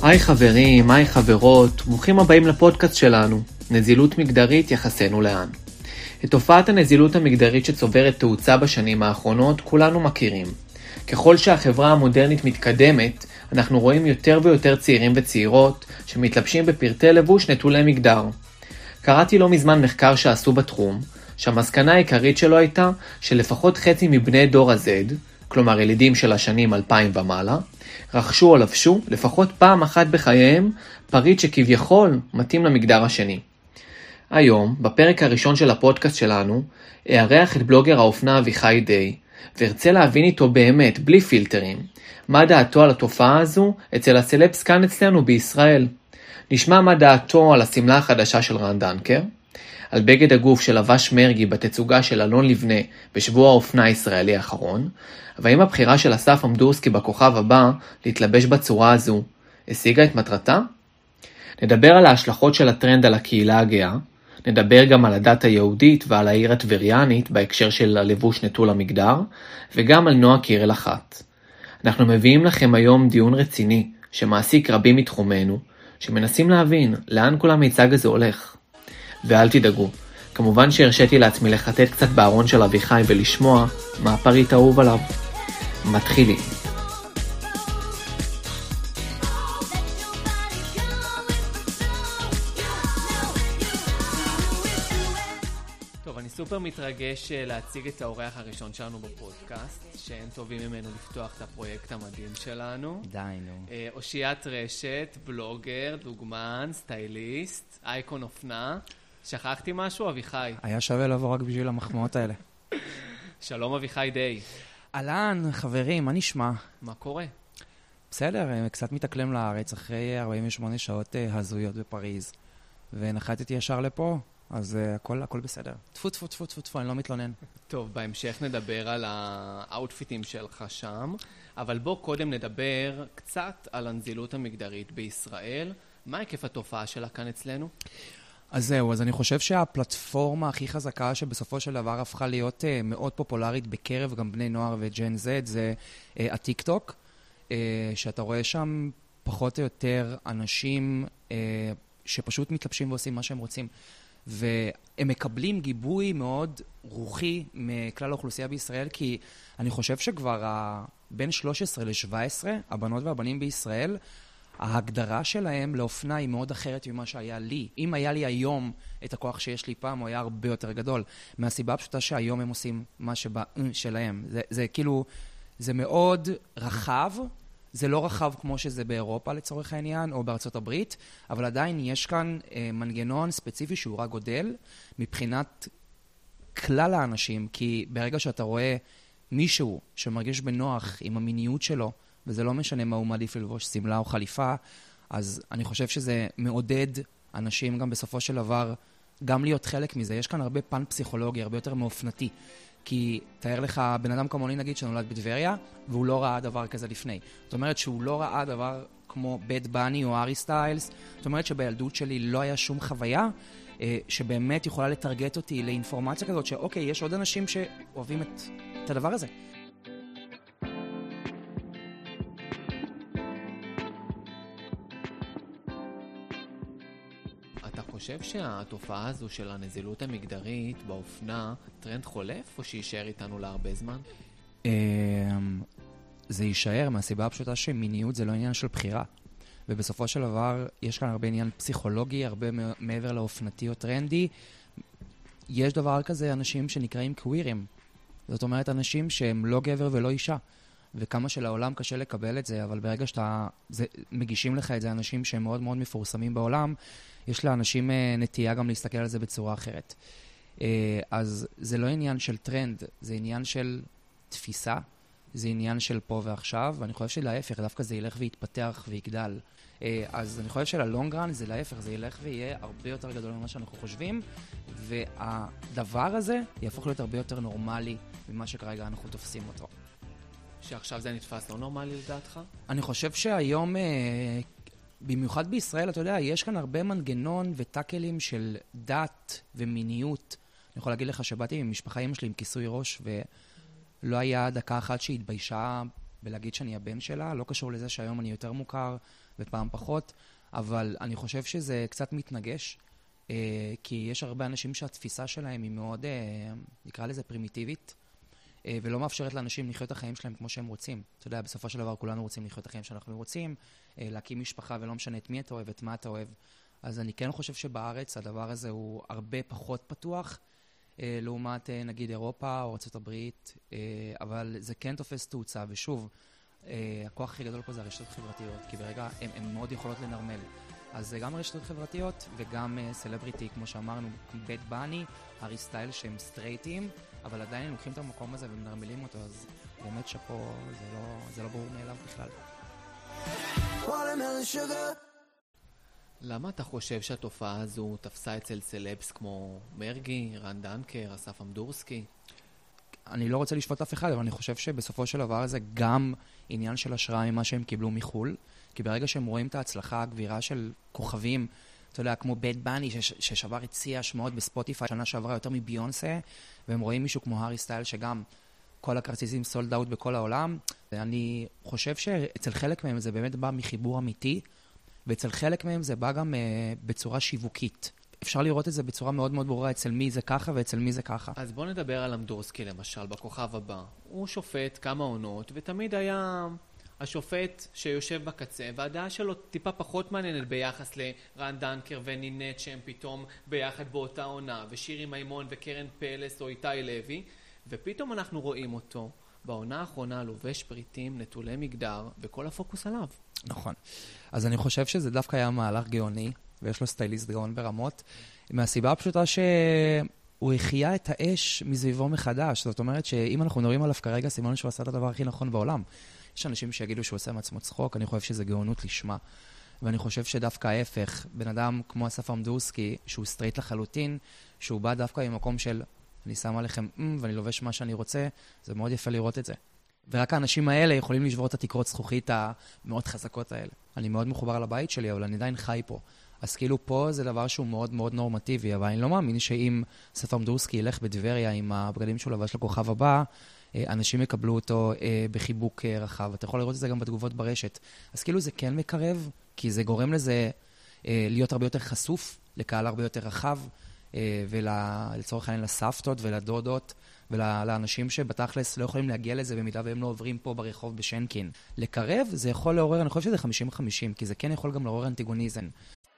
היי חברים, היי חברות, ברוכים הבאים לפודקאסט שלנו, נזילות מגדרית יחסנו לאן. את תופעת הנזילות המגדרית שצוברת תאוצה בשנים האחרונות כולנו מכירים. ככל שהחברה המודרנית מתקדמת, אנחנו רואים יותר ויותר צעירים וצעירות שמתלבשים בפרטי לבוש נטולי מגדר. קראתי לא מזמן מחקר שעשו בתחום, שהמסקנה העיקרית שלו הייתה שלפחות חצי מבני דור ה-Z, כלומר ילידים של השנים 2000 ומעלה, רכשו או לבשו לפחות פעם אחת בחייהם פריט שכביכול מתאים למגדר השני. היום, בפרק הראשון של הפודקאסט שלנו, אארח את בלוגר האופנה אביחי די, וארצה להבין איתו באמת, בלי פילטרים, מה דעתו על התופעה הזו אצל הסלבס כאן אצלנו בישראל. נשמע מה דעתו על הסמלה החדשה של רן דנקר, על בגד הגוף של לבש מרגי בתצוגה של אלון לבנה בשבוע האופנה הישראלי האחרון, והאם הבחירה של אסף אמדורסקי בכוכב הבא להתלבש בצורה הזו השיגה את מטרתה? נדבר על ההשלכות של הטרנד על הקהילה הגאה, נדבר גם על הדת היהודית ועל העיר הטבריאנית בהקשר של הלבוש נטול המגדר, וגם על נועה קירל אחת. אנחנו מביאים לכם היום דיון רציני שמעסיק רבים מתחומנו, שמנסים להבין לאן כל המיצג הזה הולך. ואל תדאגו, כמובן שהרשיתי לעצמי לחטט קצת בארון של אביחי ולשמוע מה הפריט האהוב עליו. מתחילים. טוב, אני סופר מתרגש להציג את האורח הראשון שלנו בפודקאסט, שאין טובים ממנו לפתוח את הפרויקט המדהים שלנו. די, נו. אושיית רשת, בלוגר, דוגמן, סטייליסט, אייקון אופנה. שכחתי משהו, אביחי? היה שווה לבוא רק בשביל המחמאות האלה. שלום אביחי די. אהלן, חברים, מה נשמע? מה קורה? בסדר, קצת מתאקלם לארץ אחרי 48 שעות הזויות בפריז, ונחתתי ישר לפה, אז הכל בסדר. טפו, טפו, טפו, טפו, טפו, אני לא מתלונן. טוב, בהמשך נדבר על האוטפיטים שלך שם, אבל בוא קודם נדבר קצת על הנזילות המגדרית בישראל. מה היקף התופעה שלה כאן אצלנו? אז זהו, אז אני חושב שהפלטפורמה הכי חזקה שבסופו של דבר הפכה להיות מאוד פופולרית בקרב גם בני נוער וג'ן זד, זה הטיק טוק, שאתה רואה שם פחות או יותר אנשים שפשוט מתלבשים ועושים מה שהם רוצים, והם מקבלים גיבוי מאוד רוחי מכלל האוכלוסייה בישראל, כי אני חושב שכבר בין 13 ל-17, הבנות והבנים בישראל, ההגדרה שלהם לאופנה היא מאוד אחרת ממה שהיה לי. אם היה לי היום את הכוח שיש לי פעם, הוא היה הרבה יותר גדול. מהסיבה הפשוטה שהיום הם עושים מה שלהם. זה כאילו, זה מאוד רחב. זה לא רחב כמו שזה באירופה לצורך העניין, או בארצות הברית, אבל עדיין יש כאן מנגנון ספציפי שהוא רק גודל, מבחינת כלל האנשים, כי ברגע שאתה רואה מישהו שמרגיש בנוח עם המיניות שלו, וזה לא משנה מה הוא מעדיף ללבוש, סמלה או חליפה, אז אני חושב שזה מעודד אנשים גם בסופו של דבר, גם להיות חלק מזה. יש כאן הרבה פן פסיכולוגי, הרבה יותר מאופנתי. כי תאר לך, בן אדם כמוני נגיד שנולד בטבריה, והוא לא ראה דבר כזה לפני. זאת אומרת שהוא לא ראה דבר כמו בית בני או ארי סטיילס. זאת אומרת שבילדות שלי לא היה שום חוויה, שבאמת יכולה לתרגט אותי לאינפורמציה כזאת, שאוקיי, יש עוד אנשים שאוהבים את הדבר הזה. אתה חושב שהתופעה הזו של הנזילות המגדרית באופנה טרנד חולף או שישאר איתנו להרבה זמן? זה יישאר מהסיבה הפשוטה שמיניות זה לא עניין של בחירה. ובסופו של דבר יש כאן הרבה עניין פסיכולוגי, הרבה מעבר לאופנתי או טרנדי. יש דבר כזה אנשים שנקראים קווירים. זאת אומרת אנשים שהם לא גבר ולא אישה. וכמה שלעולם קשה לקבל את זה, אבל ברגע שאתה מגישים לך את זה אנשים שהם מאוד מאוד מפורסמים בעולם, יש לאנשים נטייה גם להסתכל על זה בצורה אחרת. אז זה לא עניין של טרנד, זה עניין של תפיסה, זה עניין של פה ועכשיו, ואני חושב שלהפך, דווקא זה ילך ויתפתח ויגדל. אז אני חושב שללונגרן זה להפך, זה ילך ויהיה הרבה יותר גדול ממה שאנחנו חושבים, והדבר הזה יהפוך להיות הרבה יותר נורמלי ממה שכרגע אנחנו תופסים אותו. שעכשיו זה נתפס לא נורמלי לדעתך? אני חושב שהיום, במיוחד בישראל, אתה יודע, יש כאן הרבה מנגנון וטאקלים של דת ומיניות. אני יכול להגיד לך שבאתי ממשפחה אמא שלי עם כיסוי ראש, ולא היה דקה אחת שהתביישה בלהגיד שאני הבן שלה. לא קשור לזה שהיום אני יותר מוכר, ופעם פחות, אבל אני חושב שזה קצת מתנגש, כי יש הרבה אנשים שהתפיסה שלהם היא מאוד, נקרא לזה פרימיטיבית, ולא מאפשרת לאנשים לחיות את החיים שלהם כמו שהם רוצים. אתה יודע, בסופו של דבר כולנו רוצים לחיות את החיים שאנחנו רוצים, להקים משפחה ולא משנה את מי אתה אוהב, את מה אתה אוהב. אז אני כן חושב שבארץ הדבר הזה הוא הרבה פחות פתוח, לעומת נגיד אירופה או ארצות הברית, אבל זה כן תופס תאוצה, ושוב, הכוח הכי גדול פה זה הרשתות חברתיות, כי ברגע הן מאוד יכולות לנרמל. אז זה גם רשתות חברתיות וגם סלבריטי, כמו שאמרנו, בית בני, הארי סטייל שהם סטרייטים, אבל עדיין הם לוקחים את המקום הזה ומנרמלים אותו, אז באמת שפה זה לא ברור מאליו בכלל. למה אתה חושב שהתופעה הזו תפסה אצל סלבס כמו מרגי, רן דנקר, אסף אמדורסקי? אני לא רוצה לשפוט אף אחד, אבל אני חושב שבסופו של דבר זה גם עניין של השראה ממה שהם קיבלו מחול, כי ברגע שהם רואים את ההצלחה, הגבירה של כוכבים, אתה יודע, כמו בית בני, ששבר הציע שמעות בספוטיפיי, שנה שעברה יותר מביונסה, והם רואים מישהו כמו הארי סטייל, שגם כל הכרטיסים סולד אאוט בכל העולם. אני חושב שאצל חלק מהם זה באמת בא מחיבור אמיתי, ואצל חלק מהם זה בא גם בצורה שיווקית. אפשר לראות את זה בצורה מאוד מאוד ברורה, אצל מי זה ככה ואצל מי זה ככה. אז בוא נדבר על אמדורסקי למשל, בכוכב הבא. הוא שופט כמה עונות, ותמיד היה השופט שיושב בקצה, והדעה שלו טיפה פחות מעניינת ביחס לרן דנקר ונינט, שהם פתאום ביחד באותה עונה, ושירי מימון וקרן פלס או איתי לוי, ופתאום אנחנו רואים אותו בעונה האחרונה לובש פריטים נטולי מגדר, וכל הפוקוס עליו. נכון. אז אני חושב שזה דווקא היה מהלך גאוני, ויש לו סטייליסט גאון ברמות, מהסיבה הפשוטה שהוא החיה את האש מסביבו מחדש. זאת אומרת שאם אנחנו מדברים עליו כרגע, סימן שהוא עשה את הדבר הכי נכון בעולם. יש אנשים שיגידו שהוא עושה מעצמו צחוק, אני חושב שזה גאונות לשמה. ואני חושב שדווקא ההפך, בן אדם כמו אסף אמדורסקי, שהוא סטרייט לחלוטין, שהוא בא דווקא ממקום של אני שם עליכם ואני לובש מה שאני רוצה, זה מאוד יפה לראות את זה. ורק האנשים האלה יכולים לשבור את התקרות זכוכית המאוד חזקות האלה. אני מאוד מחובר לבית שלי, אבל אני עדיין חי פה. אז כאילו פה זה דבר שהוא מאוד מאוד נורמטיבי, אבל אני לא מאמין שאם אסף אמדורסקי ילך בדבריה עם הבגדים שהוא לבש לכוכב הבא, אנשים יקבלו אותו בחיבוק רחב. אתה יכול לראות את זה גם בתגובות ברשת. אז כאילו זה כן מקרב, כי זה גורם לזה להיות הרבה יותר חשוף, לקהל הרבה יותר רחב, ולצורך העניין לסבתות ולדודות, ולאנשים שבתכלס לא יכולים להגיע לזה במידה והם לא עוברים פה ברחוב בשנקין. לקרב זה יכול לעורר, אני חושב שזה 50-50, כי זה כן יכול גם לעורר אנטיגוניזם.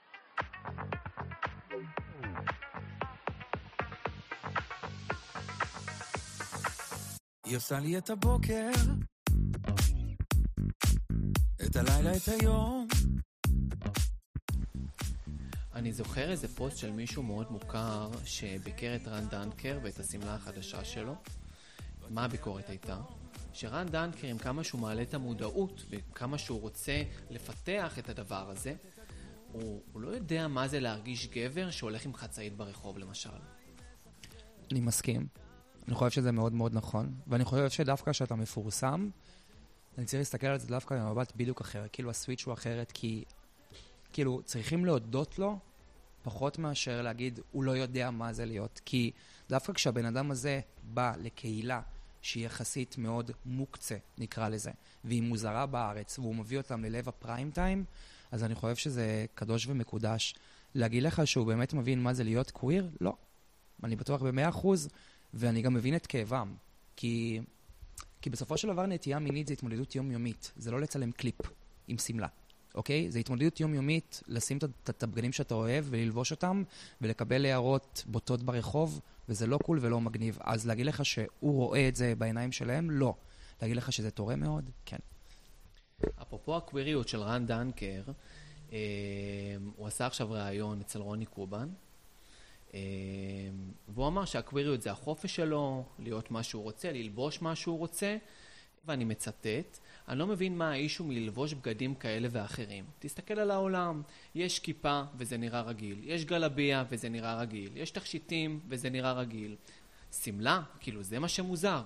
היא עושה לי את הבוקר, את הלילה, את היום. אני זוכר איזה פוסט של מישהו מאוד מוכר שביקר את רן דנקר ואת הסמלה החדשה שלו. מה הביקורת הייתה? שרן דנקר, עם כמה שהוא מעלה את המודעות וכמה שהוא רוצה לפתח את הדבר הזה, הוא לא יודע מה זה להרגיש גבר שהולך עם חצאית ברחוב למשל. אני מסכים. אני חושב שזה מאוד מאוד נכון, ואני חושב שדווקא שאתה מפורסם, אני צריך להסתכל על זה דווקא במבט בדיוק אחר, כאילו הסוויץ' הוא אחרת, כי כאילו צריכים להודות לו פחות מאשר להגיד הוא לא יודע מה זה להיות, כי דווקא כשהבן אדם הזה בא לקהילה שהיא יחסית מאוד מוקצה, נקרא לזה, והיא מוזרה בארץ, והוא מביא אותם ללב הפריים טיים, אז אני חושב שזה קדוש ומקודש. להגיד לך שהוא באמת מבין מה זה להיות קוויר? לא. אני בטוח ב100%, ואני גם מבין את כאבם, כי בסופו של דבר נטייה מינית זה התמודדות יומיומית, זה לא לצלם קליפ עם סמלה, אוקיי? זה התמודדות יומיומית, לשים את הבגדים שאתה אוהב וללבוש אותם, ולקבל הערות בוטות ברחוב, וזה לא קול ולא מגניב. אז להגיד לך שהוא רואה את זה בעיניים שלהם? לא. להגיד לך שזה תורם מאוד? כן. אפרופו הקוויריות של רן דנקר, הוא עשה עכשיו ראיון אצל רוני קובן, והוא אמר שהקוויריות זה החופש שלו, להיות מה שהוא רוצה, ללבוש מה שהוא רוצה, ואני מצטט, אני לא מבין מה האישו מללבוש בגדים כאלה ואחרים. תסתכל על העולם, יש כיפה וזה נראה רגיל, יש גלביה וזה נראה רגיל, יש תכשיטים וזה נראה רגיל. סמלה, כאילו זה מה שמוזר.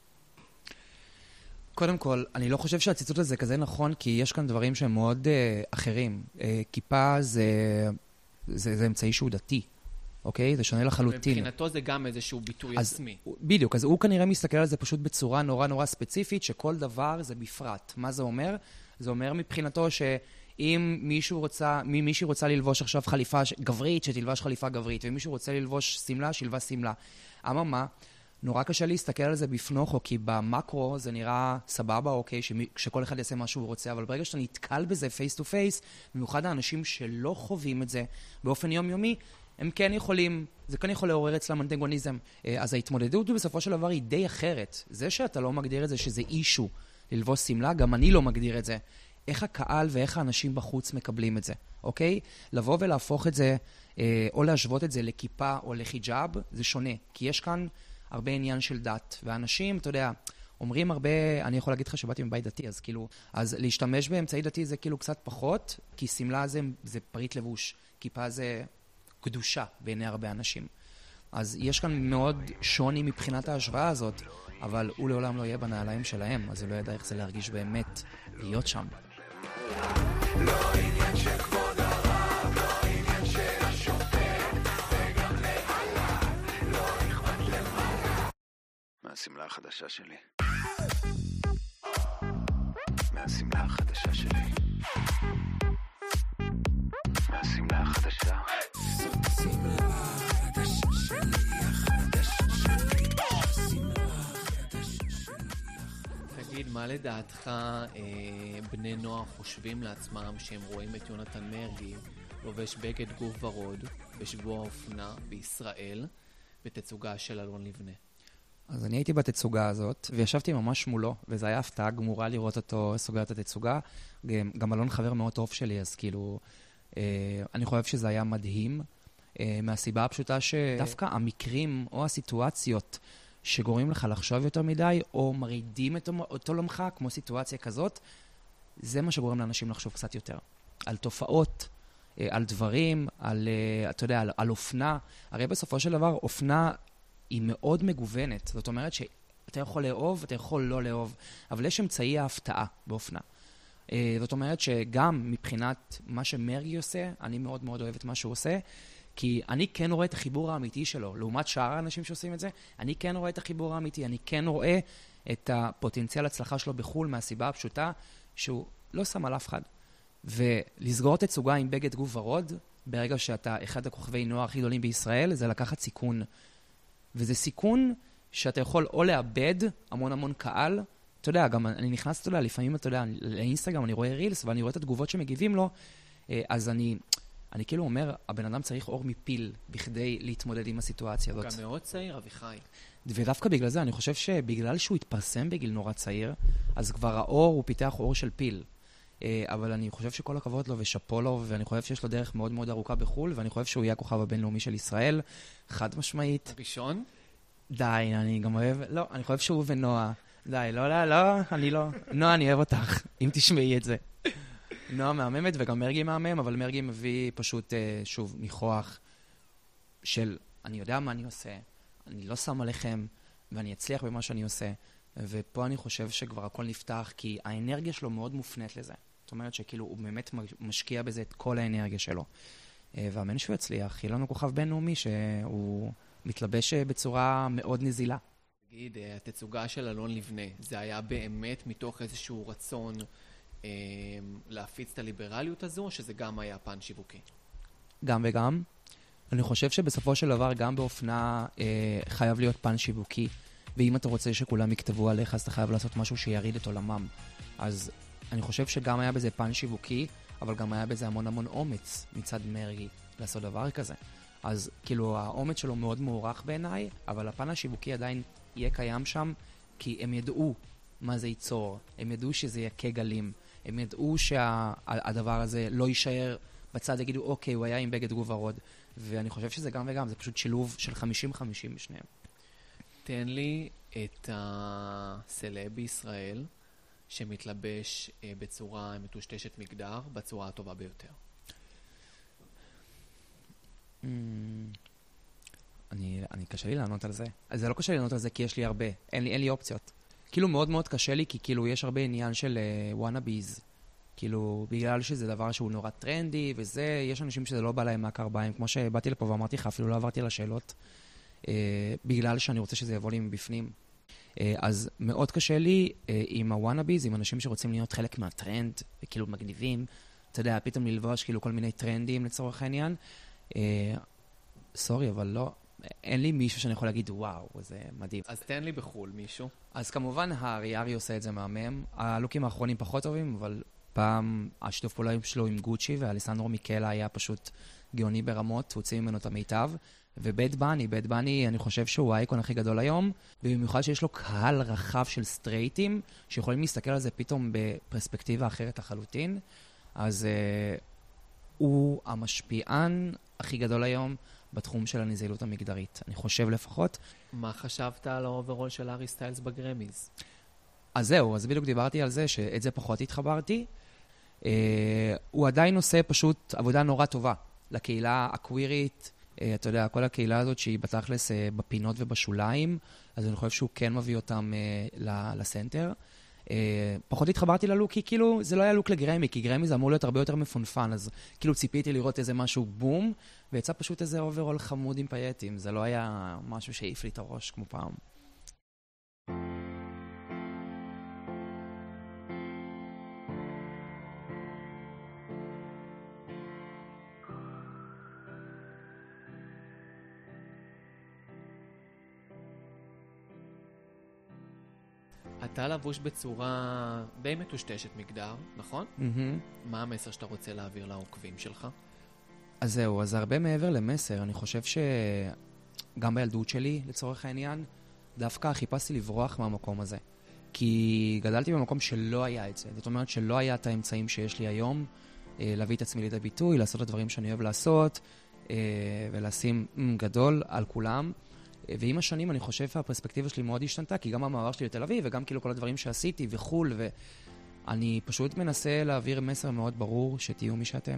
קודם כל, אני לא חושב שהציטוט הזה כזה נכון, כי יש כאן דברים שהם מאוד אחרים. כיפה זה אמצעי שהוא דתי. אוקיי? זה שונה לחלוטין. מבחינתו זה גם איזשהו ביטוי עצמי. בדיוק, אז הוא כנראה מסתכל על זה פשוט בצורה נורא נורא ספציפית, שכל דבר זה בפרט. מה זה אומר? זה אומר מבחינתו שאם אם מישהו רוצה ללבוש עכשיו חליפה גברית, שתלבש חליפה גברית, ומישהו רוצה ללבוש סמלה, שילבש סמלה. מה? נורא קשה להסתכל על זה בפנוכו, כי במקרו זה נראה סבבה, אוקיי, שכל אחד יעשה מה שהוא רוצה, אבל ברגע שאתה נתקל בזה פייס טו פייס, במיוחד האנשים שלא חווים את זה באופן יומיומי, הם כן יכולים, זה כן יכול לעורר אצלם אנטגוניזם. אז ההתמודדות בסופו של דבר היא די אחרת. זה שאתה לא מגדיר את זה שזה אישו ללבוש סמלה, גם אני לא מגדיר את זה. איך הקהל ואיך האנשים בחוץ מקבלים את זה, אוקיי? לבוא ולהפוך את זה, או להשוות את זה לכיפה או לחיג'אב, זה שונה. כי יש כאן הרבה עניין של דת. ואנשים, אתה יודע, אומרים הרבה, אני יכול להגיד לך שבאתי מבית דתי, אז כאילו, אז להשתמש באמצעי דתי זה כאילו קצת פחות, כי סמלה זה פריט לבוש, כיפה זה קדושה בעיני הרבה אנשים. אז יש כאן מאוד שוני מבחינת ההשוואה הזאת, אבל הוא לעולם לא יהיה בנעליים שלהם, אז הוא לא ידע איך זה להרגיש באמת להיות שם. לא עניין של כבוד הרב, לא עניין של השופט, וגם להלה, לא אכפת למעלה. מהסמלה החדשה שלי. מהסמלה החדשה שלי. מהסמלה החדשה. תגיד, מה לדעתך בני נוער חושבים לעצמם שהם רואים את יונתן מרגי לובש בגד גוף ורוד בשבוע האופנה בישראל בתצוגה של אלון לבנה? אז אני הייתי בתצוגה הזאת, וישבתי ממש מולו, וזו הייתה הפתעה גמורה לראות אותו סוגר את התצוגה. גם אלון חבר מאוד טוב שלי, אז כאילו, אני חושב שזה היה מדהים, מהסיבה הפשוטה שדווקא המקרים או הסיטואציות שגורמים לך לחשוב יותר מדי, או מרידים אותו למך, כמו סיטואציה כזאת, זה מה שגורם לאנשים לחשוב קצת יותר. על תופעות, על דברים, אתה יודע, על אופנה. הרי בסופו של דבר, אופנה היא מאוד מגוונת. זאת אומרת שאתה יכול לאהוב, אתה יכול לא לאהוב, אבל יש אמצעי ההפתעה באופנה. זאת אומרת שגם מבחינת מה שמרגי עושה, אני מאוד מאוד אוהב את מה שהוא עושה, כי אני כן רואה את החיבור האמיתי שלו. לעומת שאר האנשים שעושים את זה, אני כן רואה את החיבור האמיתי, אני כן רואה את הפוטנציאל הצלחה שלו בחול, מהסיבה הפשוטה שהוא לא שם על אף אחד. ולסגור תצוגה עם בגד גוף ורוד, ברגע שאתה אחד הכוכבי נוער הכי גדולים בישראל, זה לקחת סיכון. וזה סיכון שאתה יכול או לאבד המון קהל. אתה יודע, גם אני נכנס, אתה יודע, לפעמים, אתה יודע, לאינסטגרם אני רואה רילס, ואני רואה את התגובות שמגיבים לו, אז אני כאילו אומר, הבן אדם צריך אור מפיל בכדי להתמודד עם הסיטואציה הזאת. גם מאוד צעיר, אביחי. ודווקא בגלל זה, אני חושב שבגלל שהוא התפרסם בגיל נורא צעיר, אז כבר האור הוא פיתח אור של פיל. אבל אני חושב שכל הכבוד לו ושפו לו, ואני חושב שיש לו דרך מאוד מאוד ארוכה בחול, ואני חושב שהוא יהיה הכוכב הבינלאומי של ישראל, חד משמעית. ראשון? די, אני גם אוהב, לא, אני חושב שהוא ונועה. די, לא, אני לא. נועה, אני אוהב אותך, אם תשמעי את זה. נועה מהממת וגם מרגי מהמם, אבל מרגי מביא פשוט, שוב, ניחוח של אני יודע מה אני עושה, אני לא שם עליכם, ואני אצליח במה שאני עושה. ופה אני חושב שכבר הכל נפתח, כי האנרגיה שלו מאוד מופנית לזה. זאת אומרת שכאילו הוא באמת משקיע בזה את כל האנרגיה שלו. והאמן שהוא יצליח, יהיה לנו כוכב בינלאומי שהוא מתלבש בצורה מאוד נזילה. תגיד, התצוגה של אלון לבנה, זה היה באמת מתוך איזשהו רצון להפיץ את הליברליות הזו, או שזה גם היה פן שיווקי? גם וגם. אני חושב שבסופו של דבר גם באופנה חייב להיות פן שיווקי. ואם אתה רוצה שכולם יכתבו עליך, אז אתה חייב לעשות משהו שיריד את עולמם. אז אני חושב שגם היה בזה פן שיווקי, אבל גם היה בזה המון אומץ מצד מרגי לעשות דבר כזה. אז כאילו האומץ שלו מאוד מוערך בעיניי, אבל הפן השיווקי עדיין יהיה קיים שם, כי הם ידעו מה זה ייצור, הם ידעו שזה יקה גלים, הם ידעו שהדבר הזה לא יישאר בצד, יגידו אוקיי, הוא היה עם בגד גוף ורוד, ואני חושב שזה גם וגם, זה פשוט שילוב של 50-50 בשניהם. תן לי את הסלב בישראל שמתלבש בצורה מטושטשת מגדר, בצורה הטובה ביותר. אני קשה לי לענות על זה. אז זה לא קשה לי לענות על זה כי יש לי הרבה. אין לי אופציות. כאילו מאוד קשה לי כי כאילו יש הרבה עניין של וואנאביז. כאילו בגלל שזה דבר שהוא נורא טרנדי וזה, יש אנשים שזה לא בא להם מהקרביים. כמו שבאתי לפה ואמרתי לך, אפילו לא עברתי לשאלות. בגלל שאני רוצה שזה יבוא לי מבפנים. אז מאוד קשה לי עם הוואנאביז, עם אנשים שרוצים להיות חלק מהטרנד, וכאילו מגניבים, אתה יודע, פתאום ללבוש כאילו כל מיני טרנדים לצורך העניין. סורי, אבל לא, אין לי מישהו שאני יכול להגיד, וואו, זה מדהים. אז תן לי בחול מישהו. אז כמובן, הארי עושה את זה מהמם. הלוקים האחרונים פחות טובים, אבל פעם השיתוף פעולה שלו עם גוצ'י ואליסנדרו מיקלה היה פשוט גאוני ברמות, הוציא ממנו את המיטב. ובית בני, אני חושב שהוא האייקון הכי גדול היום, ובמיוחד שיש לו קהל רחב של סטרייטים, שיכולים להסתכל על זה פתאום בפרספקטיבה אחרת לחלוטין. אז הוא המשפיען הכי גדול היום בתחום של הנזילות המגדרית. אני חושב לפחות. מה חשבת על האוברול של הארי סטיילס בגרמיז? אז זהו, אז בדיוק דיברתי על זה, שאת זה פחות התחברתי. הוא עדיין עושה פשוט עבודה נורא טובה לקהילה הקווירית, אתה יודע, כל הקהילה הזאת שהיא בתכלס בפינות ובשוליים, אז אני חושב שהוא כן מביא אותם לסנטר. פחות התחברתי ללוק, כי כאילו זה לא היה לוק לגרמי, כי גרמי זה אמור להיות הרבה יותר מפונפן, אז כאילו ציפיתי לראות איזה משהו בום, ויצא פשוט איזה אוברול חמוד עם פייטים, זה לא היה משהו שהעיף לי את הראש כמו פעם. אתה לבוש בצורה די מטושטשת מגדר, נכון? מה המסר שאתה רוצה להעביר לעוקבים שלך? אז זהו, אז זה הרבה מעבר למסר. אני חושב שגם בילדות שלי, לצורך העניין, דווקא חיפשתי לברוח מהמקום הזה. כי גדלתי במקום שלא היה את זה. זאת אומרת שלא היה את האמצעים שיש לי היום, להביא את עצמי לידי ביטוי, לעשות את הדברים שאני אוהב לעשות, ולשים גדול על כולם. ועם השנים אני חושב שהפרספקטיבה שלי מאוד השתנתה, כי גם המעבר שלי לתל אביב, וגם כאילו כל הדברים שעשיתי וחול, ואני פשוט מנסה להעביר מסר מאוד ברור שתהיו מי שאתם.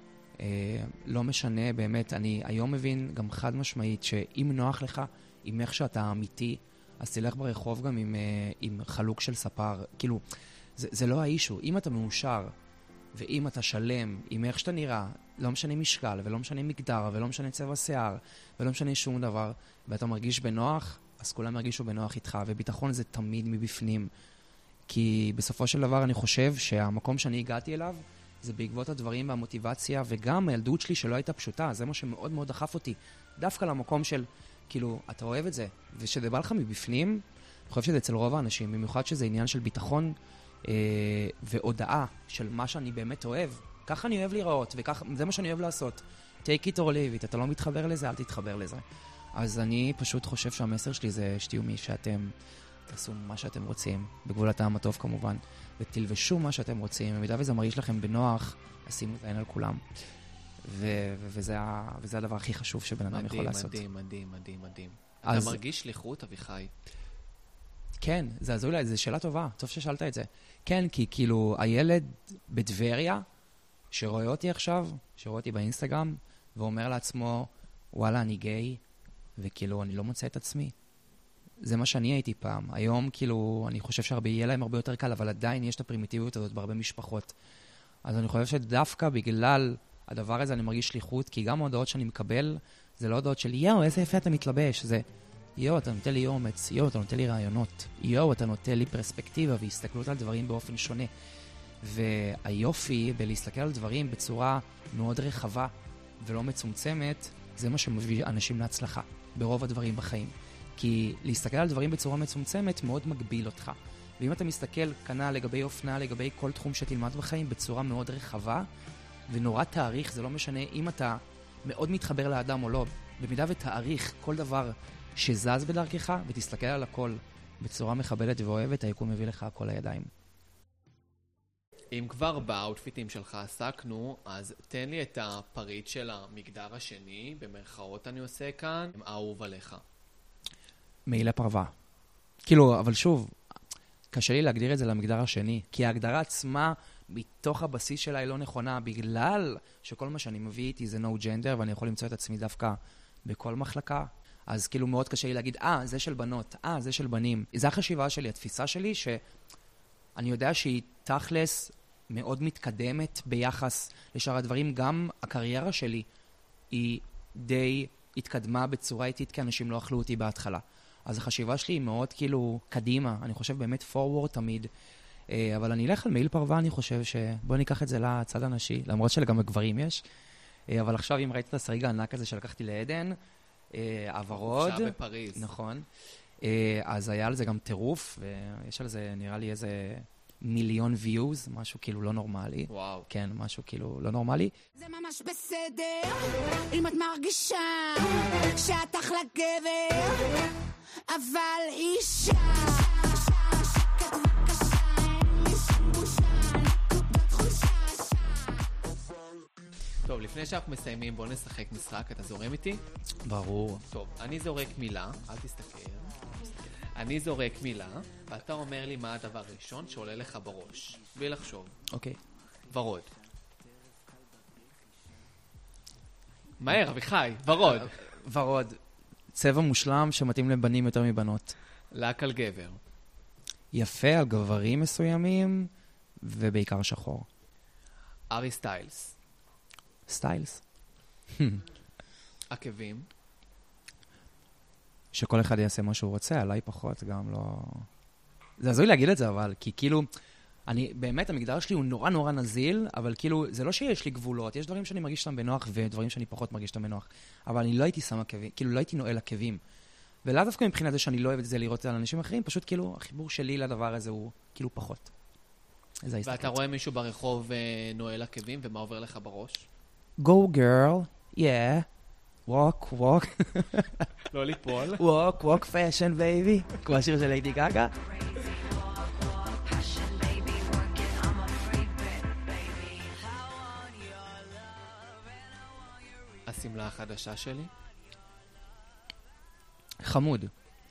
לא משנה, באמת, אני היום מבין גם חד משמעית, שאם נוח לך, עם איך שאתה אמיתי, אז תלך ברחוב גם עם חלוק של ספר. כאילו, זה לא האישו. אם אתה מאושר, ואם אתה שלם עם איך שאתה נראה, לא משנה משקל, ולא משנה מגדר, ולא משנה צבע שיער, ולא משנה שום דבר, ואתה מרגיש בנוח, אז כולם ירגישו בנוח איתך, וביטחון זה תמיד מבפנים. כי בסופו של דבר אני חושב שהמקום שאני הגעתי אליו, זה בעקבות הדברים והמוטיבציה, וגם הילדות שלי שלא הייתה פשוטה, זה מה שמאוד מאוד דחף אותי. דווקא למקום של, כאילו, אתה אוהב את זה, ושזה בא לך מבפנים, אני חושב שזה אצל רוב האנשים, במיוחד שזה עניין של ביטחון, והודעה של מה שאני באמת אוהב. ככה אני אוהב לראות, וזה מה שאני אוהב לעשות. take it or leave it, אתה לא מתחבר לזה, אל תתחבר לזה. אז אני פשוט חושב שהמסר שלי זה שתהיו מי שאתם, תעשו מה שאתם רוצים, בגבול הטעם הטוב כמובן, ותלבשו מה שאתם רוצים, במידה וזה מרגיש לכם בנוח, שימו את העין על כולם. וזה הדבר הכי חשוב שבן אדם יכול לעשות. מדהים. אתה מרגיש שליחות, אביחי? כן, זה עזוי לי, זו שאלה טובה, טוב ששאלת את זה. כן, כי כאילו הילד בדבריה, שרואה אותי עכשיו, שרואה אותי באינסטגרם, ואומר לעצמו, וואלה, אני גיי, וכאילו אני לא מוצא את עצמי. זה מה שאני הייתי פעם. היום כאילו, אני חושב יהיה להם הרבה יותר קל, אבל עדיין יש את הפרימיטיביות הזאת בהרבה משפחות. אז אני חושב שדווקא בגלל הדבר הזה אני מרגיש שליחות, כי גם ההודעות שאני מקבל, זה לא הודעות של, יאו, איזה יפה אתה מתלבש, זה... יו, אתה נותן לי אומץ, יו, אתה נותן לי רעיונות, יו, אתה נותן לי פרספקטיבה והסתכלות על דברים באופן שונה. והיופי בלהסתכל על דברים בצורה מאוד רחבה ולא מצומצמת, זה מה שמביא אנשים להצלחה ברוב הדברים בחיים. כי להסתכל על דברים בצורה מצומצמת מאוד מגביל אותך. ואם אתה מסתכל כנ"ל לגבי אופנה, לגבי כל תחום שתלמד בחיים בצורה מאוד רחבה, ונורא תאריך, זה לא משנה אם אתה מאוד מתחבר לאדם או לא, במידה ותאריך כל דבר שזז בדרכך, ותסתכל על הכל בצורה מכבדת ואוהבת, היקום מביא לך הכל לידיים. אם כבר באוטפיטים שלך עסקנו, אז תן לי את הפריט של המגדר השני, במרכאות אני עושה כאן, אהוב עליך. מעילה פרווה. כאילו, אבל שוב, קשה לי להגדיר את זה למגדר השני, כי ההגדרה עצמה מתוך הבסיס שלה היא לא נכונה, בגלל שכל מה שאני מביא איתי זה no gender, ואני יכול למצוא את עצמי דווקא בכל מחלקה. אז כאילו מאוד קשה לי להגיד, זה של בנות, זה של בנים. זו החשיבה שלי, התפיסה שלי, שאני יודע שהיא תכלס מאוד מתקדמת ביחס לשאר הדברים. גם הקריירה שלי היא די התקדמה בצורה איטית, כי אנשים לא אכלו אותי בהתחלה. אז החשיבה שלי היא מאוד כאילו קדימה. אני חושב באמת forward תמיד. אבל אני אלך על מעיל פרווה, אני חושב שבוא ניקח את זה לצד הנשי, למרות שלגם לגברים יש. אבל עכשיו, אם ראית את הסריג הענק הזה שלקחתי לעדן, הוורוד. חופשה בפריז. נכון. אז היה על זה גם טירוף, ויש על זה, נראה לי, איזה 1,000,000 views, משהו כאילו לא נורמלי. וואו. כן, משהו כאילו לא נורמלי. זה ממש בסדר, אם את מרגישה שאת אחלה גבר, אבל אישה. טוב, לפני שאנחנו מסיימים, בואו נשחק משחק. אתה זורם איתי? ברור. טוב, אני זורק מילה, אל תסתכל. אני זורק מילה, ואתה אומר לי מה הדבר הראשון שעולה לך בראש. בלי לחשוב. אוקיי. ורוד. מהר, אביחי, ורוד. ורוד. צבע מושלם שמתאים לבנים יותר מבנות. לק על גבר. יפה על גברים מסוימים, ובעיקר שחור. ארי סטיילס. סטיילס. עקבים. שכל אחד יעשה מה שהוא רוצה, עליי פחות, גם לא... זה הזוי להגיד את זה, אבל, כי כאילו, אני, באמת, המגדר שלי הוא נורא נורא נזיל, אבל כאילו, זה לא שיש לי גבולות, יש דברים שאני מרגיש אותם בנוח, ודברים שאני פחות מרגיש אותם בנוח. אבל אני לא הייתי שם עקבים, כאילו, לא הייתי נועל עקבים. ולא דווקא מבחינת זה שאני לא אוהב את זה לראות על אנשים אחרים, פשוט כאילו, החיבור שלי לדבר הזה הוא כאילו פחות. ואתה רואה מישהו ברחוב נועל עקבים, ומה עובר לך בראש? Go girl, yeah. walk, walk. לא ליפול. walk, walk fashion baby. כמו השיר של ליידי גגה. הסמלה החדשה שלי? חמוד.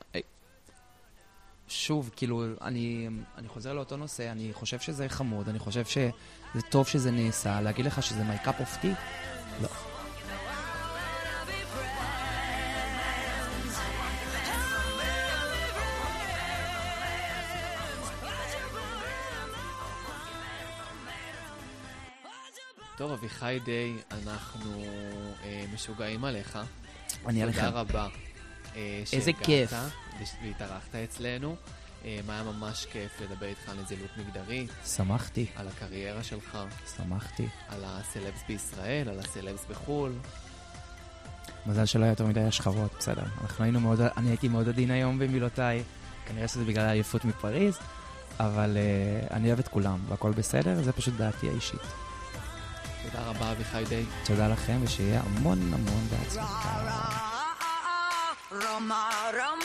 שוב, כאילו, אני חוזר לאותו נושא, אני חושב שזה חמוד, אני חושב שזה טוב שזה נעשה, להגיד לך שזה my cup of tea? לא. טוב, אביחי די, אנחנו משוגעים עליך. אני עליך. תודה רבה. איזה כיף. והתארחת אצלנו. היה ממש כיף לדבר איתך על נזילות מגדרית. שמחתי. על הקריירה שלך. שמחתי. על הסלבס בישראל, על הסלבס בחול. מזל שלא היה יותר מדי השכבות, בסדר. אני הייתי מאוד עדין היום במילותיי. כנראה שזה בגלל העייפות מפריז, אבל אני אוהב את כולם, והכל בסדר, זה פשוט דעתי האישית. תודה רבה, אביחי די. תודה לכם, ושיהיה המון המון בהצלחה.